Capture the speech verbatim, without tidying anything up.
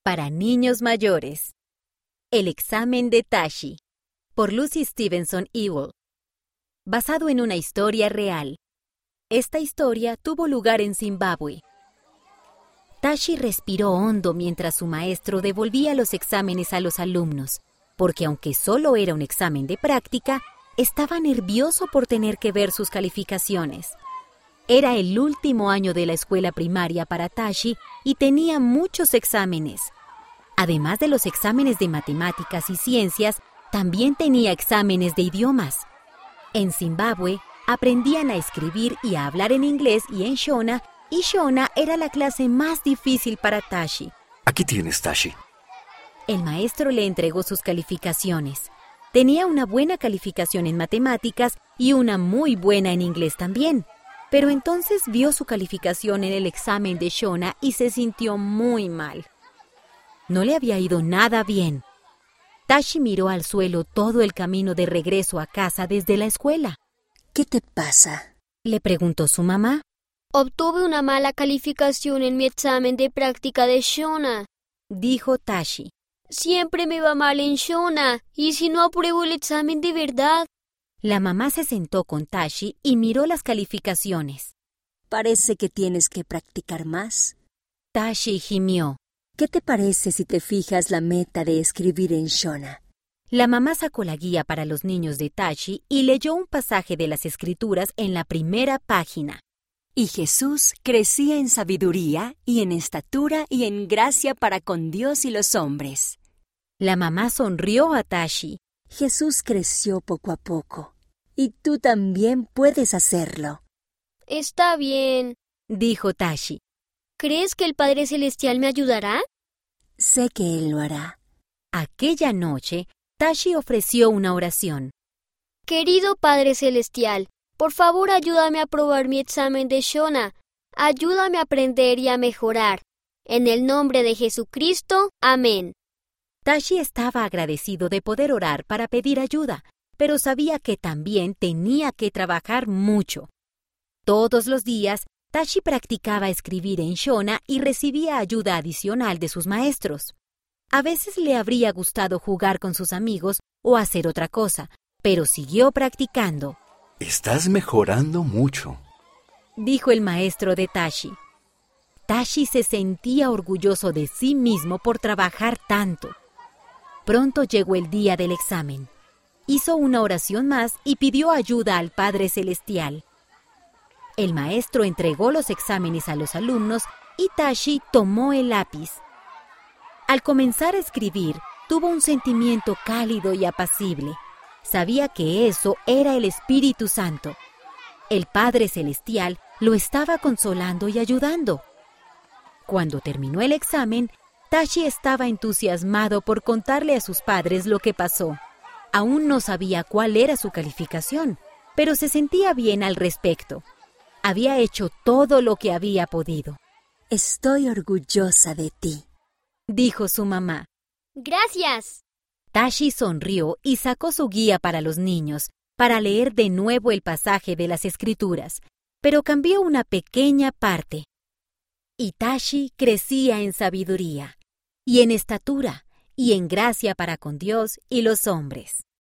Para niños mayores. El examen de Tashi, por Lucy Stevenson Ewell. Basado en una historia real. Esta historia tuvo lugar en Zimbabue. Tashi respiró hondo mientras su maestro devolvía los exámenes a los alumnos, porque aunque solo era un examen de práctica, estaba nervioso por tener que ver sus calificaciones. Era el último año de la escuela primaria para Tashi y tenía muchos exámenes. Además de los exámenes de matemáticas y ciencias, también tenía exámenes de idiomas. En Zimbabue, aprendían a escribir y a hablar en inglés y en Shona, y Shona era la clase más difícil para Tashi. Aquí tienes, Tashi. El maestro le entregó sus calificaciones. Tenía una buena calificación en matemáticas y una muy buena en inglés también. Pero entonces vio su calificación en el examen de Shona y se sintió muy mal. No le había ido nada bien. Tashi miró al suelo todo el camino de regreso a casa desde la escuela. ¿Qué te pasa?, le preguntó su mamá. Obtuve una mala calificación en mi examen de práctica de Shona, dijo Tashi. Siempre me va mal en Shona, ¿y si no apruebo el examen de verdad? La mamá se sentó con Tashi y miró las calificaciones. Parece que tienes que practicar más. Tashi gimió. ¿Qué te parece si te fijas la meta de escribir en Shona? La mamá sacó la guía para los niños de Tashi y leyó un pasaje de las Escrituras en la primera página. Y Jesús crecía en sabiduría y en estatura y en gracia para con Dios y los hombres. La mamá sonrió a Tashi. Jesús creció poco a poco, y tú también puedes hacerlo. Está bien, dijo Tashi. ¿Crees que el Padre Celestial me ayudará? Sé que Él lo hará. Aquella noche, Tashi ofreció una oración. Querido Padre Celestial, por favor ayúdame a aprobar mi examen de Shona. Ayúdame a aprender y a mejorar. En el nombre de Jesucristo, amén. Tashi estaba agradecido de poder orar para pedir ayuda, pero sabía que también tenía que trabajar mucho. Todos los días, Tashi practicaba escribir en Shona y recibía ayuda adicional de sus maestros. A veces le habría gustado jugar con sus amigos o hacer otra cosa, pero siguió practicando. Estás mejorando mucho, dijo el maestro de Tashi. Tashi se sentía orgulloso de sí mismo por trabajar tanto. Pronto llegó el día del examen. Hizo una oración más y pidió ayuda al Padre Celestial. El maestro entregó los exámenes a los alumnos y Tashi tomó el lápiz. Al comenzar a escribir, tuvo un sentimiento cálido y apacible. Sabía que eso era el Espíritu Santo. El Padre Celestial lo estaba consolando y ayudando. Cuando terminó el examen, Tashi estaba entusiasmado por contarle a sus padres lo que pasó. Aún no sabía cuál era su calificación, pero se sentía bien al respecto. Había hecho todo lo que había podido. Estoy orgullosa de ti, dijo su mamá. Gracias. Tashi sonrió y sacó su guía para los niños, para leer de nuevo el pasaje de las Escrituras, pero cambió una pequeña parte. Y Tashi crecía en sabiduría, y en estatura, y en gracia para con Dios y los hombres.